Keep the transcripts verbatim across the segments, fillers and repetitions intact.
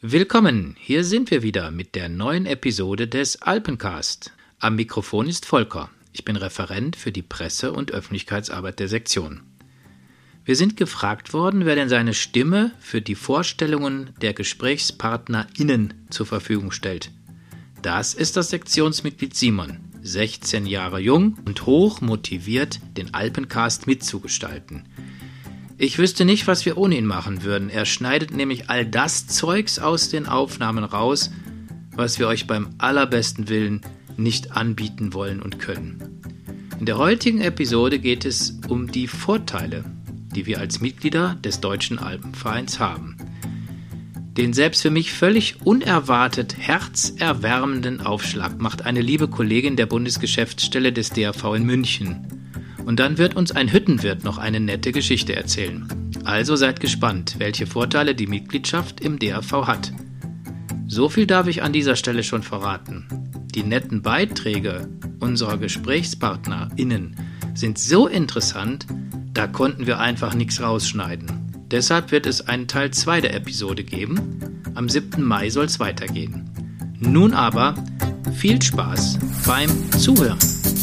Willkommen, hier sind wir wieder mit der neuen Episode des Alpencast. Am Mikrofon ist Volker. Ich bin Referent für die Presse- und Öffentlichkeitsarbeit der Sektion. Wir sind gefragt worden, wer denn seine Stimme für die Vorstellungen der GesprächspartnerInnen zur Verfügung stellt. Das ist das Sektionsmitglied Simon, sechzehn Jahre jung und hoch motiviert, den Alpencast mitzugestalten. Ich wüsste nicht, was wir ohne ihn machen würden. Er schneidet nämlich all das Zeugs aus den Aufnahmen raus, was wir euch beim allerbesten Willen nicht anbieten wollen und können. In der heutigen Episode geht es um die Vorteile, die wir als Mitglieder des Deutschen Alpenvereins haben. Den selbst für mich völlig unerwartet herzerwärmenden Aufschlag macht eine liebe Kollegin der Bundesgeschäftsstelle des D A V in München. Und dann wird uns ein Hüttenwirt noch eine nette Geschichte erzählen. Also seid gespannt, welche Vorteile die Mitgliedschaft im D A V hat. So viel darf ich an dieser Stelle schon verraten. Die netten Beiträge unserer GesprächspartnerInnen sind so interessant, da konnten wir einfach nichts rausschneiden. Deshalb wird es einen Teil zwei der Episode geben. Am siebten Mai soll es weitergehen. Nun aber viel Spaß beim Zuhören.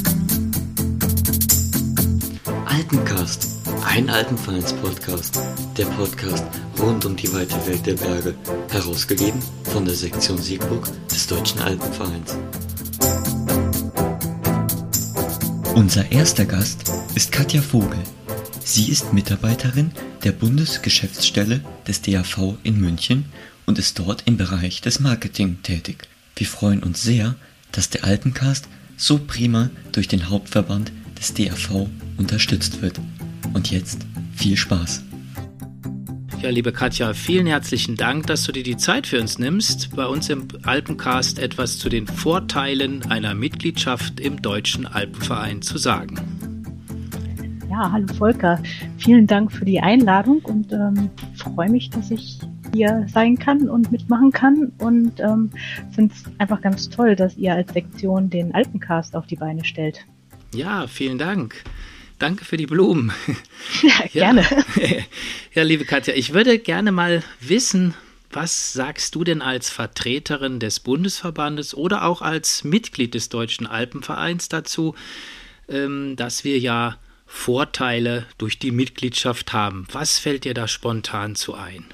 Alpencast, ein Alpenvereins-Podcast, der Podcast rund um die weite Welt der Berge, herausgegeben von der Sektion Siegburg des Deutschen Alpenvereins. Unser erster Gast ist Katja Vogel. Sie ist Mitarbeiterin der Bundesgeschäftsstelle des D A V in München und ist dort im Bereich des Marketing tätig. Wir freuen uns sehr, dass der Alpencast so prima durch den Hauptverband des D A V unterstützt wird. Und jetzt viel Spaß. Ja, liebe Katja, vielen herzlichen Dank, dass du dir die Zeit für uns nimmst, bei uns im Alpencast etwas zu den Vorteilen einer Mitgliedschaft im Deutschen Alpenverein zu sagen. Ja, hallo Volker. Vielen Dank für die Einladung und ähm, freue mich, dass ich hier sein kann und mitmachen kann und ähm, finde es einfach ganz toll, dass ihr als Sektion den Alpencast auf die Beine stellt. Ja, vielen Dank. Danke für die Blumen. Ja, gerne. Ja, ja, liebe Katja, ich würde gerne mal wissen, was sagst du denn als Vertreterin des Bundesverbandes oder auch als Mitglied des Deutschen Alpenvereins dazu, ähm, dass wir ja Vorteile durch die Mitgliedschaft haben? Was fällt dir da spontan zu ein?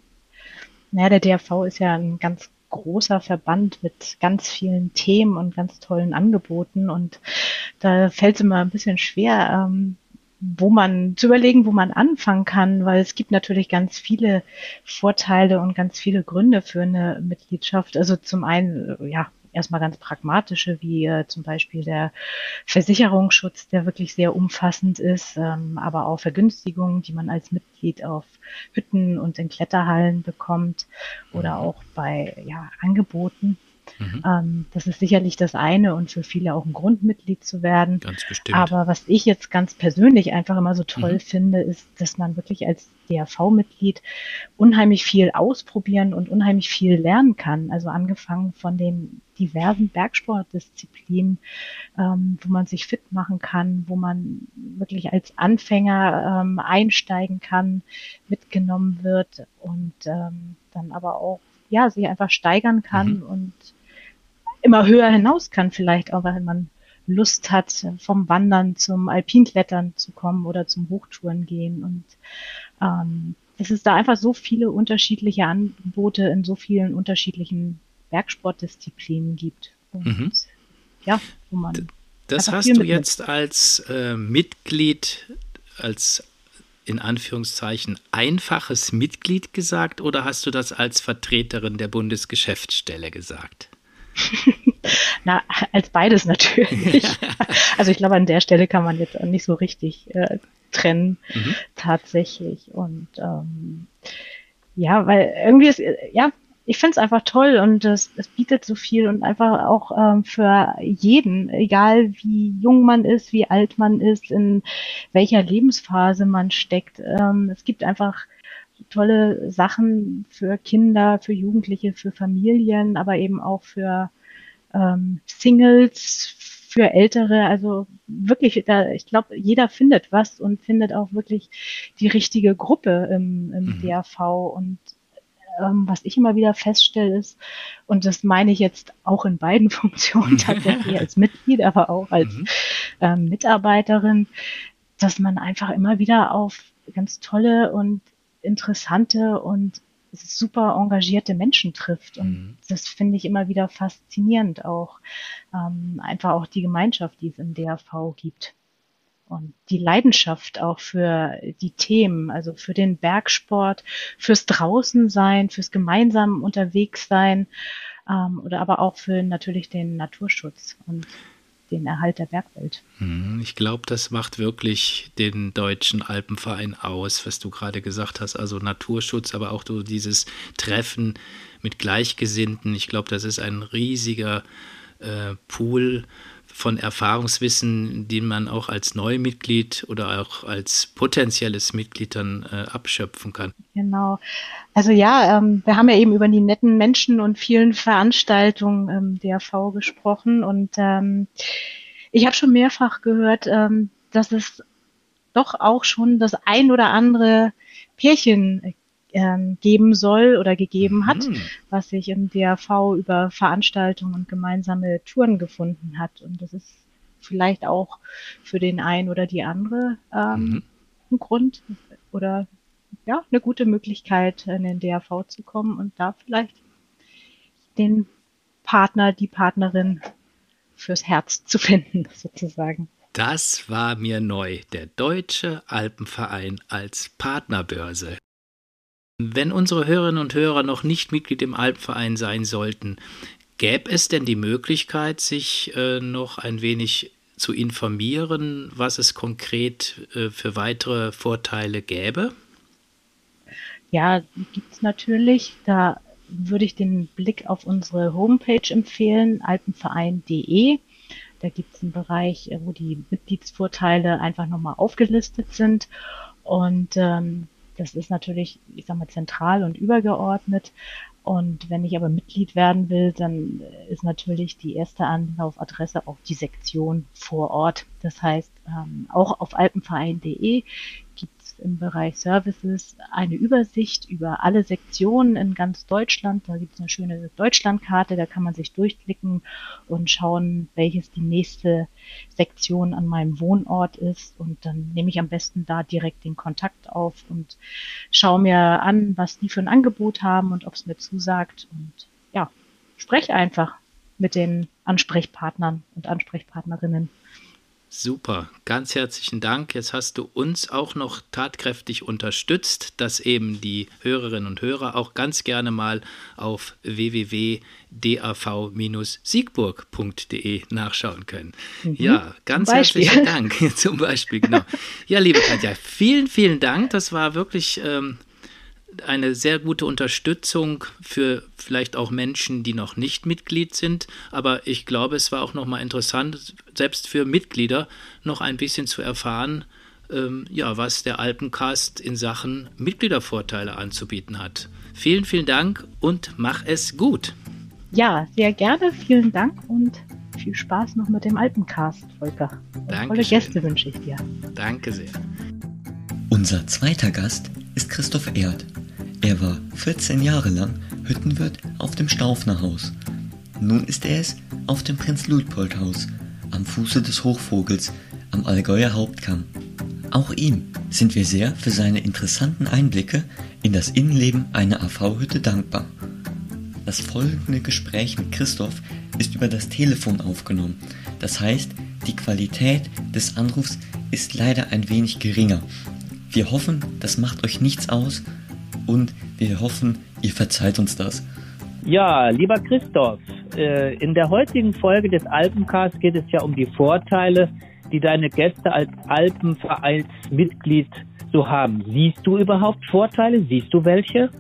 Naja, der D A V ist ja ein ganz großer Verband mit ganz vielen Themen und ganz tollen Angeboten und da fällt es immer ein bisschen schwer, ähm, wo man zu überlegen, wo man anfangen kann, weil es gibt natürlich ganz viele Vorteile und ganz viele Gründe für eine Mitgliedschaft. Also zum einen, ja, erstmal ganz pragmatische, wie äh, zum Beispiel der Versicherungsschutz, der wirklich sehr umfassend ist, ähm, aber auch Vergünstigungen, die man als Mitglied auf Hütten und in Kletterhallen bekommt oder auch bei ja, Angeboten. Mhm. Ähm, das ist sicherlich das eine und für viele auch ein Grund, Mitglied zu werden. Ganz bestimmt. Aber was ich jetzt ganz persönlich einfach immer so toll Mhm. finde, ist, dass man wirklich als D A V-Mitglied unheimlich viel ausprobieren und unheimlich viel lernen kann. Also angefangen von den diversen Bergsportdisziplinen, ähm, wo man sich fit machen kann, wo man wirklich als Anfänger ähm, einsteigen kann, mitgenommen wird und ähm, dann aber auch ja sich einfach steigern kann Mhm. und immer höher hinaus kann, vielleicht auch, wenn man Lust hat, vom Wandern zum Alpinklettern zu kommen oder zum Hochtouren gehen. Und ähm, dass es da einfach so viele unterschiedliche Angebote in so vielen unterschiedlichen Bergsportdisziplinen gibt. Und Mhm. ja, wo man Das einfach hast viel du mitnimmt. jetzt als äh, Mitglied, als in Anführungszeichen einfaches Mitglied gesagt oder hast du das als Vertreterin der Bundesgeschäftsstelle gesagt? Na, als beides natürlich. Also ich glaube, an der Stelle kann man jetzt auch nicht so richtig äh, trennen, Mhm. tatsächlich. Und ähm, ja, weil irgendwie ist, äh, ja, ich finde es einfach toll und es, es bietet so viel und einfach auch ähm, für jeden, egal wie jung man ist, wie alt man ist, in welcher Lebensphase man steckt. Ähm, es gibt einfach tolle Sachen für Kinder, für Jugendliche, für Familien, aber eben auch für ähm, Singles, für Ältere. Also wirklich, da, ich glaube, jeder findet was und findet auch wirklich die richtige Gruppe im, im Mhm. D A V und ähm, was ich immer wieder feststelle ist, und das meine ich jetzt auch in beiden Funktionen tatsächlich als Mitglied, aber auch als Mhm. ähm, Mitarbeiterin, dass man einfach immer wieder auf ganz tolle und interessante und super engagierte Menschen trifft. Und Mhm. das finde ich immer wieder faszinierend auch. Ähm, einfach auch die Gemeinschaft, die es im D A V gibt. Und die Leidenschaft auch für die Themen, also für den Bergsport, fürs Draußensein, fürs gemeinsam Unterwegssein, ähm, oder aber auch für natürlich den Naturschutz und den Erhalt der Bergwelt. Mhm. Ich glaube, das macht wirklich den Deutschen Alpenverein aus, was du gerade gesagt hast. Also Naturschutz, aber auch so dieses Treffen mit Gleichgesinnten. Ich glaube, das ist ein riesiger äh, Pool von Erfahrungswissen, den man auch als Neumitglied oder auch als potenzielles Mitglied dann äh, abschöpfen kann. Genau. Also ja, ähm, wir haben ja eben über die netten Menschen und vielen Veranstaltungen im D A V gesprochen und ähm, ich habe schon mehrfach gehört, ähm, dass es doch auch schon das ein oder andere Pärchen ähm, geben soll oder gegeben hat, Mhm. was sich im D A V über Veranstaltungen und gemeinsame Touren gefunden hat. Und das ist vielleicht auch für den einen oder die andere ähm, Mhm. ein Grund oder ja, eine gute Möglichkeit, in den D A V zu kommen und da vielleicht den Partner, die Partnerin fürs Herz zu finden, sozusagen. Das war mir neu, der Deutsche Alpenverein als Partnerbörse. Wenn unsere Hörerinnen und Hörer noch nicht Mitglied im Alpenverein sein sollten, gäbe es denn die Möglichkeit, sich äh, noch ein wenig zu informieren, was es konkret äh, für weitere Vorteile gäbe? Ja, gibt's natürlich. Da würde ich den Blick auf unsere Homepage empfehlen, alpenverein punkt de. Da gibt's einen Bereich, wo die Mitgliedsvorteile einfach nochmal aufgelistet sind. Und ähm, das ist natürlich, ich sag mal, zentral und übergeordnet. Und wenn ich aber Mitglied werden will, dann ist natürlich die erste Anlaufadresse auch die Sektion vor Ort. Das heißt, ähm, auch auf alpenverein punkt de gibt es im Bereich Services eine Übersicht über alle Sektionen in ganz Deutschland. Da gibt es eine schöne Deutschlandkarte, da kann man sich durchklicken und schauen, welches die nächste Sektion an meinem Wohnort ist. Und dann nehme ich am besten da direkt den Kontakt auf und schaue mir an, was die für ein Angebot haben und ob es mir zusagt. Und ja, spreche einfach mit den Ansprechpartnern und Ansprechpartnerinnen. Super, ganz herzlichen Dank. Jetzt hast du uns auch noch tatkräftig unterstützt, dass eben die Hörerinnen und Hörer auch ganz gerne mal auf w w w punkt d a v Bindestrich siegburg punkt de nachschauen können. Mhm, ja, ganz zum Beispiel. herzlichen Dank. Zum Beispiel, genau. Ja, liebe Katja, vielen, vielen Dank. Das war wirklich ähm, eine sehr gute Unterstützung für vielleicht auch Menschen, die noch nicht Mitglied sind. Aber ich glaube, es war auch nochmal interessant, selbst für Mitglieder noch ein bisschen zu erfahren, ähm, ja, was der Alpencast in Sachen Mitgliedervorteile anzubieten hat. Vielen, vielen Dank und mach es gut. Ja, sehr gerne. Vielen Dank und viel Spaß noch mit dem Alpencast, Volker. Dankeschön. Tolle Gäste wünsche ich dir. Danke sehr. Unser zweiter Gast ist Christoph Erd. Er war vierzehn Jahre lang Hüttenwirt auf dem Staufnerhaus. Nun ist er es auf dem Prinz-Luitpold-Haus, am Fuße des Hochvogels, am Allgäuer Hauptkamm. Auch ihm sind wir sehr für seine interessanten Einblicke in das Innenleben einer A V-Hütte dankbar. Das folgende Gespräch mit Christoph ist über das Telefon aufgenommen. Das heißt, die Qualität des Anrufs ist leider ein wenig geringer. Wir hoffen, das macht euch nichts aus und wir hoffen, ihr verzeiht uns das. Ja, lieber Christoph, äh, in der heutigen Folge des Alpencast geht es ja um die Vorteile, die deine Gäste als Alpenvereinsmitglied so haben. Siehst du überhaupt Vorteile? Siehst du welche?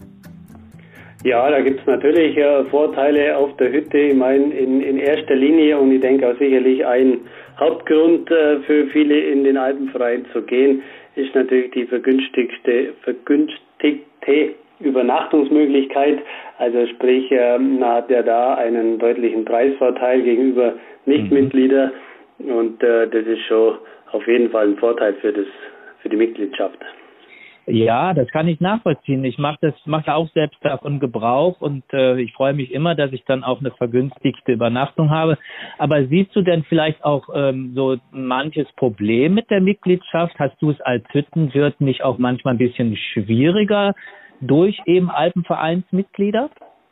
Ja, da gibt es natürlich äh, Vorteile auf der Hütte. Ich meine, in, in erster Linie, und ich denke auch sicherlich ein Hauptgrund äh, für viele in den Alpenverein zu gehen, ist natürlich die vergünstigte, vergünstigte Übernachtungsmöglichkeit. Also sprich, äh, man hat ja da einen deutlichen Preisvorteil gegenüber Nichtmitgliedern und äh, das ist schon auf jeden Fall ein Vorteil für das für die Mitgliedschaft. Ja, das kann ich nachvollziehen. Ich mache das, mache auch selbst davon Gebrauch und äh, ich freue mich immer, dass ich dann auch eine vergünstigte Übernachtung habe. Aber siehst du denn vielleicht auch ähm, so manches Problem mit der Mitgliedschaft? Hast du es als Hüttenwirt nicht auch manchmal ein bisschen schwieriger durch eben Alpenvereinsmitglieder?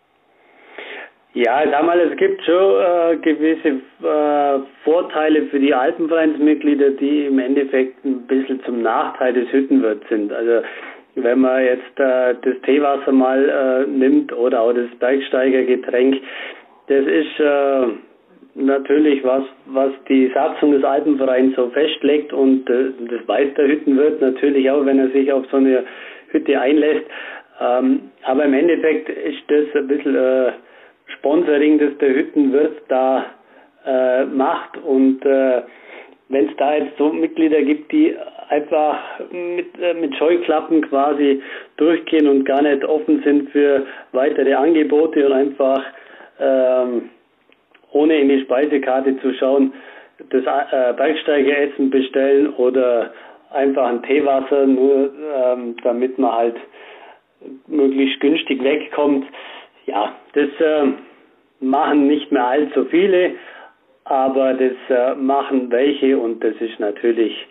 Ja, ich sag mal, es gibt schon äh, gewisse äh, Vorteile für die Alpenvereinsmitglieder, die im Endeffekt ein bisschen zum Nachteil des Hüttenwirts sind. Also wenn man jetzt äh, das Teewasser mal äh, nimmt oder auch das Bergsteigergetränk, das ist äh, natürlich was, was die Satzung des Alpenvereins so festlegt und äh, das weiß der Hüttenwirt natürlich auch, wenn er sich auf so eine Hütte einlässt. Ähm, aber im Endeffekt ist das ein bisschen äh, Sponsoring, das der Hüttenwirt da äh, macht und äh, wenn es da jetzt so Mitglieder gibt, die einfach mit, äh, mit Scheuklappen quasi durchgehen und gar nicht offen sind für weitere Angebote und einfach ähm, ohne in die Speisekarte zu schauen, das äh, Bergsteigeressen bestellen oder einfach ein Teewasser, nur ähm, damit man halt möglichst günstig wegkommt. Ja, das äh, machen nicht mehr allzu viele, aber das äh, machen welche und das ist natürlich,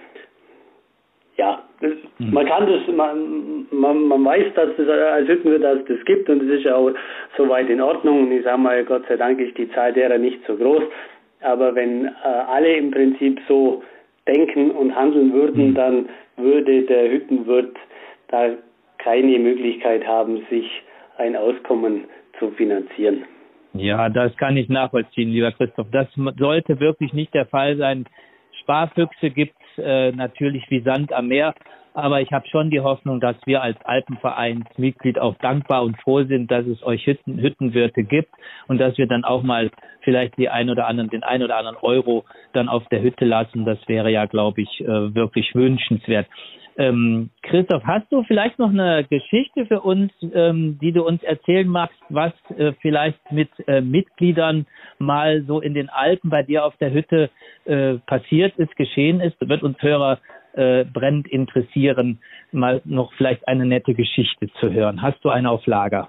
ja, das, mhm. man kann das, man, man, man weiß, dass das als Hüttenwirt, dass das gibt und das ist ja auch soweit in Ordnung und ich sage mal, Gott sei Dank ist die Zahl derer nicht so groß, aber wenn äh, alle im Prinzip so denken und handeln würden, mhm. dann würde der Hüttenwirt da keine Möglichkeit haben, sich ein Auskommen zu finanzieren. Ja, das kann ich nachvollziehen, lieber Christoph. Das sollte wirklich nicht der Fall sein. Sparfüchse gibt es äh, natürlich wie Sand am Meer, aber ich habe schon die Hoffnung, dass wir als Alpenvereinsmitglied auch dankbar und froh sind, dass es euch Hütten, Hüttenwirte gibt und dass wir dann auch mal vielleicht die ein oder anderen, den ein oder anderen Euro dann auf der Hütte lassen. Das wäre ja, glaube ich, äh, wirklich wünschenswert. Ähm, Christoph, hast du vielleicht noch eine Geschichte für uns, ähm, die du uns erzählen magst, was äh, vielleicht mit äh, Mitgliedern mal so in den Alpen bei dir auf der Hütte äh, passiert ist, geschehen ist? Wird uns Hörer äh, brennend interessieren, mal noch vielleicht eine nette Geschichte zu hören. Hast du eine auf Lager?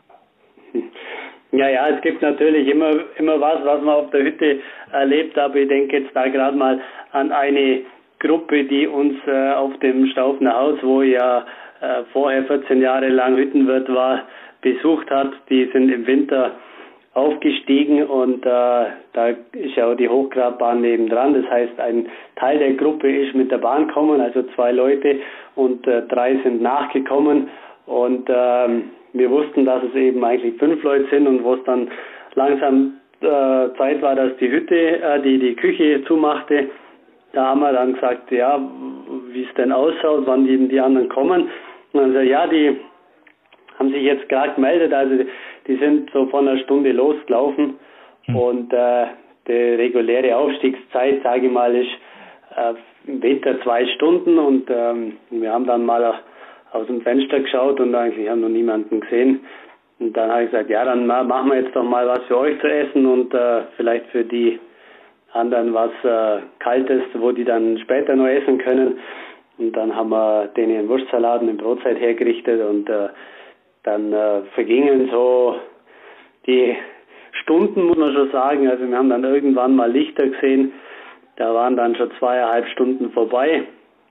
Ja, ja, es gibt natürlich immer, immer was, was man auf der Hütte erlebt, aber ich denke jetzt da gerade mal an eine Gruppe, die uns äh, auf dem Staufner Haus, wo ja äh, vorher vierzehn Jahre lang Hüttenwirt war, besucht hat. Die sind im Winter aufgestiegen und äh, da ist ja auch die Hochgrabbahn nebendran. Das heißt, ein Teil der Gruppe ist mit der Bahn gekommen, also zwei Leute und äh, drei sind nachgekommen und ähm, wir wussten, dass es eben eigentlich fünf Leute sind und wo es dann langsam äh, Zeit war, dass die Hütte, äh, die die Küche zumachte. Da haben wir dann gesagt, ja, wie es denn ausschaut, wann die, die anderen kommen. Und dann gesagt, ja, die haben sich jetzt gerade gemeldet, also die sind so vor einer Stunde losgelaufen mhm. und äh, die reguläre Aufstiegszeit, sage ich mal, ist äh, im Winter zwei Stunden und ähm, wir haben dann mal aus dem Fenster geschaut und eigentlich haben noch niemanden gesehen. Und dann habe ich gesagt, ja, dann machen wir jetzt doch mal was für euch zu essen und äh, vielleicht für die anderen was äh, Kaltes, wo die dann später noch essen können. Und dann haben wir denen einen Wurstsalat und eine Brotzeit hergerichtet und äh, dann äh, vergingen so die Stunden, muss man schon sagen. Also wir haben dann irgendwann mal Lichter gesehen. Da waren dann schon zweieinhalb Stunden vorbei.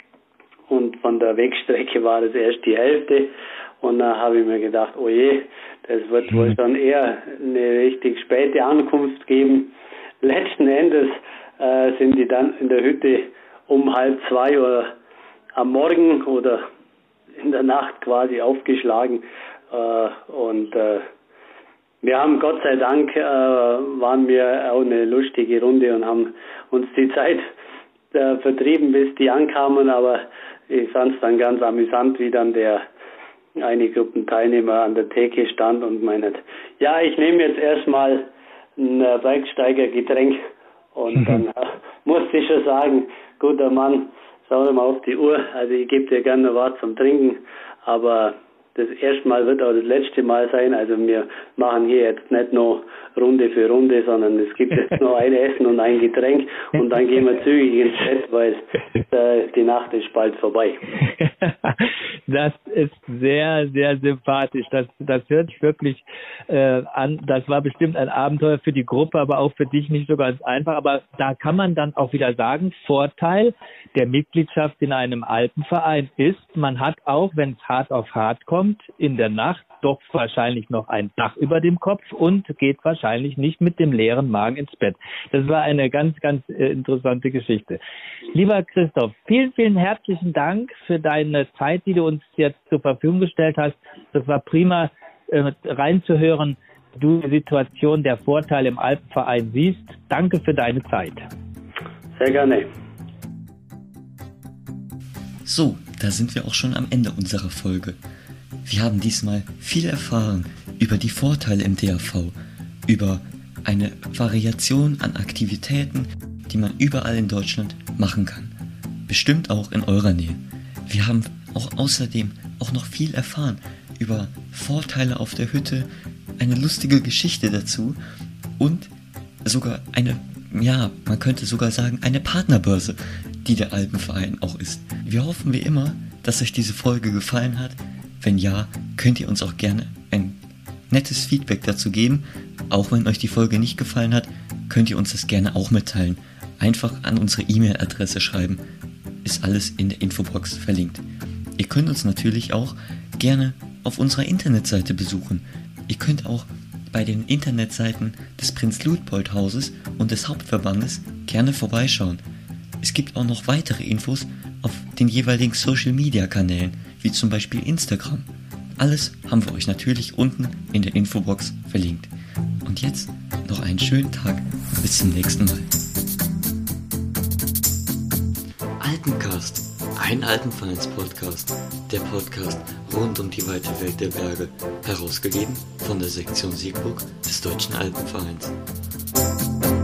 Und von der Wegstrecke war das erst die Hälfte. Und da habe ich mir gedacht, oh je, das wird wohl schon eher eine richtig späte Ankunft geben. Letzten Endes äh, sind die dann in der Hütte um halb zwei Uhr am Morgen oder in der Nacht quasi aufgeschlagen. Äh, und äh, wir haben Gott sei Dank, äh, waren wir auch eine lustige Runde und haben uns die Zeit äh, vertrieben, bis die ankamen. Aber ich fand es dann ganz amüsant, wie dann der eine Gruppenteilnehmer an der Theke stand und meinte, ja, ich nehme jetzt erstmal ein Bergsteigergetränk und dann äh, musste ich schon sagen, guter Mann, schau mal auf die Uhr, also ich gebe dir gerne was zum Trinken, aber das erste Mal wird auch das letzte Mal sein, also wir machen hier jetzt nicht noch Runde für Runde, sondern es gibt jetzt noch ein Essen und ein Getränk und dann gehen wir zügig ins Bett, weil äh, die Nacht ist bald vorbei. Das ist sehr, sehr sympathisch. Das, das hört sich wirklich äh, an. Das war bestimmt ein Abenteuer für die Gruppe, aber auch für dich nicht so ganz einfach. Aber da kann man dann auch wieder sagen, Vorteil der Mitgliedschaft in einem Alpenverein ist, man hat auch, wenn es hart auf hart kommt, in der Nacht doch wahrscheinlich noch ein Dach über dem Kopf und geht wahrscheinlich nicht mit dem leeren Magen ins Bett. Das war eine ganz, ganz äh, interessante Geschichte. Lieber Christoph, vielen, vielen herzlichen Dank für deine Zeit, die du uns jetzt zur Verfügung gestellt hast. Das war prima, äh, reinzuhören, wie du die Situation der Vorteile im Alpenverein siehst. Danke für deine Zeit. Sehr gerne. So, da sind wir auch schon am Ende unserer Folge. Wir haben diesmal viel erfahren über die Vorteile im D A V, über eine Variation an Aktivitäten, die man überall in Deutschland machen kann. Bestimmt auch in eurer Nähe. Wir haben auch außerdem auch noch viel erfahren über Vorteile auf der Hütte, eine lustige Geschichte dazu und sogar eine, ja, man könnte sogar sagen, eine Partnerbörse, die der Alpenverein auch ist. Wir hoffen wie immer, dass euch diese Folge gefallen hat. Wenn ja, könnt ihr uns auch gerne ein nettes Feedback dazu geben. Auch wenn euch die Folge nicht gefallen hat, könnt ihr uns das gerne auch mitteilen. Einfach an unsere E-Mail-Adresse schreiben. Ist alles in der Infobox verlinkt. Ihr könnt uns natürlich auch gerne auf unserer Internetseite besuchen. Ihr könnt auch bei den Internetseiten des Prinz-Luitpold-Hauses und des Hauptverbandes gerne vorbeischauen. Es gibt auch noch weitere Infos auf den jeweiligen Social-Media-Kanälen, wie zum Beispiel Instagram. Alles haben wir euch natürlich unten in der Infobox verlinkt. Und jetzt noch einen schönen Tag. Bis zum nächsten Mal. Alpencast, ein Alpenvereins-Podcast. Der Podcast rund um die weite Welt der Berge. Herausgegeben von der Sektion Siegburg des Deutschen Alpenvereins.